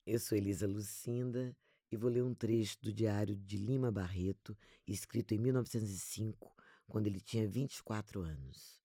Eu sou Elisa Lucinda e vou ler um trecho do diário de Lima Barreto, escrito em 1905, quando ele tinha 24 anos.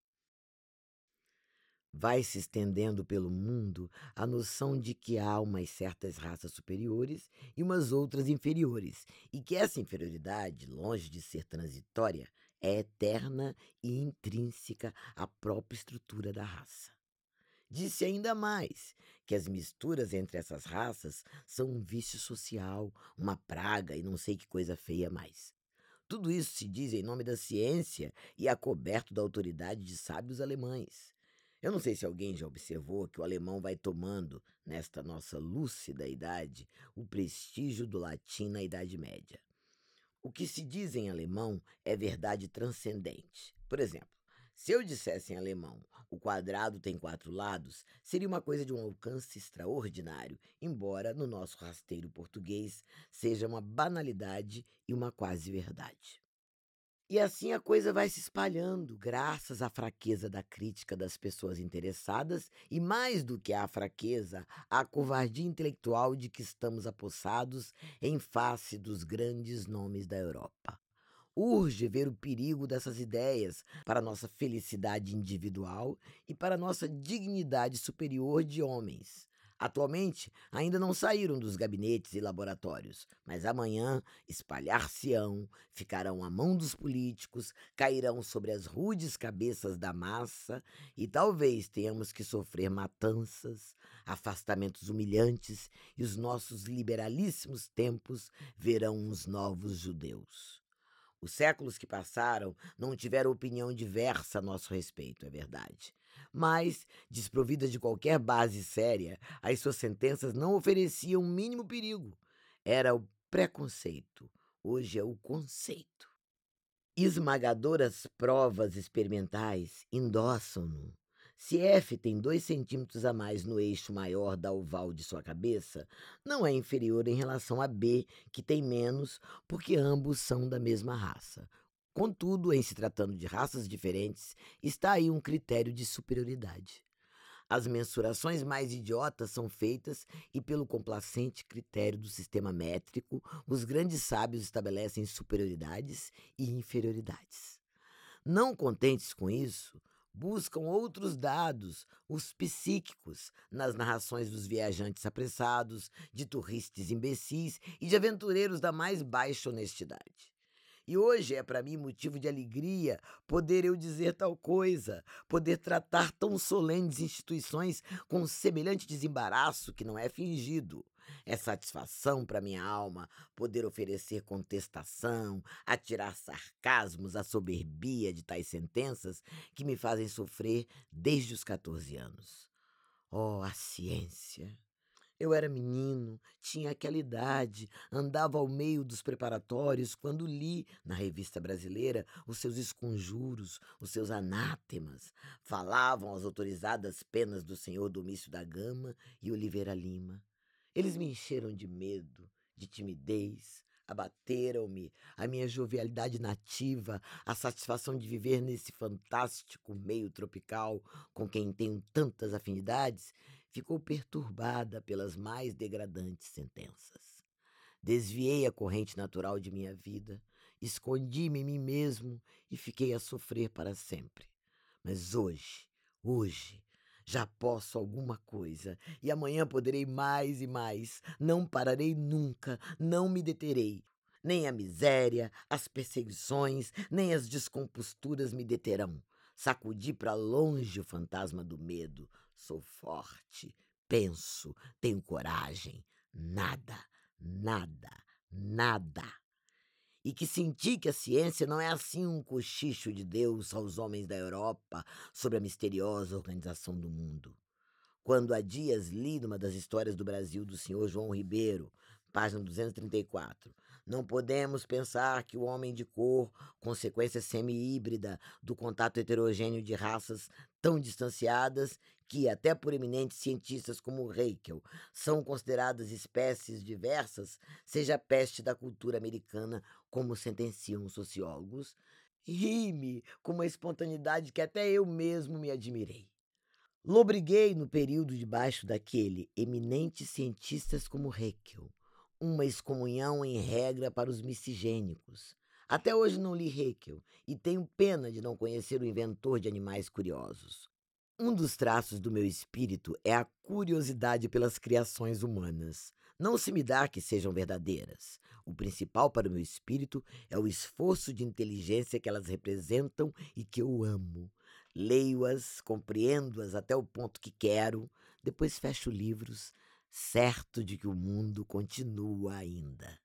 Vai se estendendo pelo mundo a noção de que há umas certas raças superiores e umas outras inferiores, e que essa inferioridade, longe de ser transitória, é eterna e intrínseca à própria estrutura da raça. Disse ainda mais que as misturas entre essas raças são um vício social, uma praga e não sei que coisa feia mais. Tudo isso se diz em nome da ciência e acoberto da autoridade de sábios alemães. Eu não sei se alguém já observou que o alemão vai tomando, nesta nossa lúcida idade, o prestígio do latim na Idade Média. O que se diz em alemão é verdade transcendente. Por exemplo, se eu dissesse em alemão o quadrado tem quatro lados, seria uma coisa de um alcance extraordinário, embora no nosso rasteiro português seja uma banalidade e uma quase verdade. E assim a coisa vai se espalhando, graças à fraqueza da crítica das pessoas interessadas e, mais do que à fraqueza, à covardia intelectual de que estamos apossados em face dos grandes nomes da Europa. Urge ver o perigo dessas ideias para nossa felicidade individual e para nossa dignidade superior de homens. Atualmente, ainda não saíram dos gabinetes e laboratórios, mas amanhã espalhar-se-ão, ficarão à mão dos políticos, cairão sobre as rudes cabeças da massa e talvez tenhamos que sofrer matanças, afastamentos humilhantes e os nossos liberalíssimos tempos verão uns novos judeus. Os séculos que passaram não tiveram opinião diversa a nosso respeito, é verdade. Mas, desprovidas de qualquer base séria, as suas sentenças não ofereciam o mínimo perigo. Era o preconceito, hoje é o conceito. Esmagadoras provas experimentais endossam-no. Se F tem 2 centímetros a mais no eixo maior da oval de sua cabeça, não é inferior em relação a B, que tem menos, porque ambos são da mesma raça. Contudo, em se tratando de raças diferentes, está aí um critério de superioridade. As mensurações mais idiotas são feitas e, pelo complacente critério do sistema métrico, os grandes sábios estabelecem superioridades e inferioridades. Não contentes com isso, buscam outros dados, os psíquicos, nas narrações dos viajantes apressados, de turristas imbecis e de aventureiros da mais baixa honestidade. E hoje é para mim motivo de alegria poder eu dizer tal coisa, poder tratar tão solenes instituições com semelhante desembaraço que não é fingido. É satisfação para minha alma poder oferecer contestação, atirar sarcasmos à soberbia de tais sentenças que me fazem sofrer desde os 14 anos. Oh, a ciência! Eu era menino, tinha aquela idade, andava ao meio dos preparatórios quando li, na revista brasileira, os seus esconjuros, os seus anátemas. Falavam as autorizadas penas do senhor Domício da Gama e Oliveira Lima. Eles me encheram de medo, de timidez, abateram-me a minha jovialidade nativa, a satisfação de viver nesse fantástico meio tropical com quem tenho tantas afinidades, ficou perturbada pelas mais degradantes sentenças. Desviei a corrente natural de minha vida, escondi-me em mim mesmo e fiquei a sofrer para sempre. Mas hoje, já posso alguma coisa, e amanhã poderei mais e mais. Não pararei nunca, não me deterei. Nem a miséria, as perseguições, nem as descomposturas me deterão. Sacudi para longe o fantasma do medo. Sou forte, penso, tenho coragem. Nada, nada, nada. E que senti que a ciência não é assim um cochicho de Deus aos homens da Europa sobre a misteriosa organização do mundo. Quando há dias li numa das histórias do Brasil do senhor João Ribeiro, página 234, não podemos pensar que o homem de cor, consequência semi-híbrida do contato heterogêneo de raças tão distanciadas que, até por eminentes cientistas como Haeckel, são consideradas espécies diversas, seja a peste da cultura americana, como sentenciam os sociólogos, ri-me com uma espontaneidade que até eu mesmo me admirei. Lobriguei no período debaixo daquele eminentes cientistas como Haeckel, uma excomunhão em regra para os miscigênicos. Até hoje não li Haeckel e tenho pena de não conhecer o inventor de animais curiosos. Um dos traços do meu espírito é a curiosidade pelas criações humanas. Não se me dá que sejam verdadeiras. O principal para o meu espírito é o esforço de inteligência que elas representam e que eu amo. Leio-as, compreendo-as até o ponto que quero, depois fecho livros, certo de que o mundo continua ainda.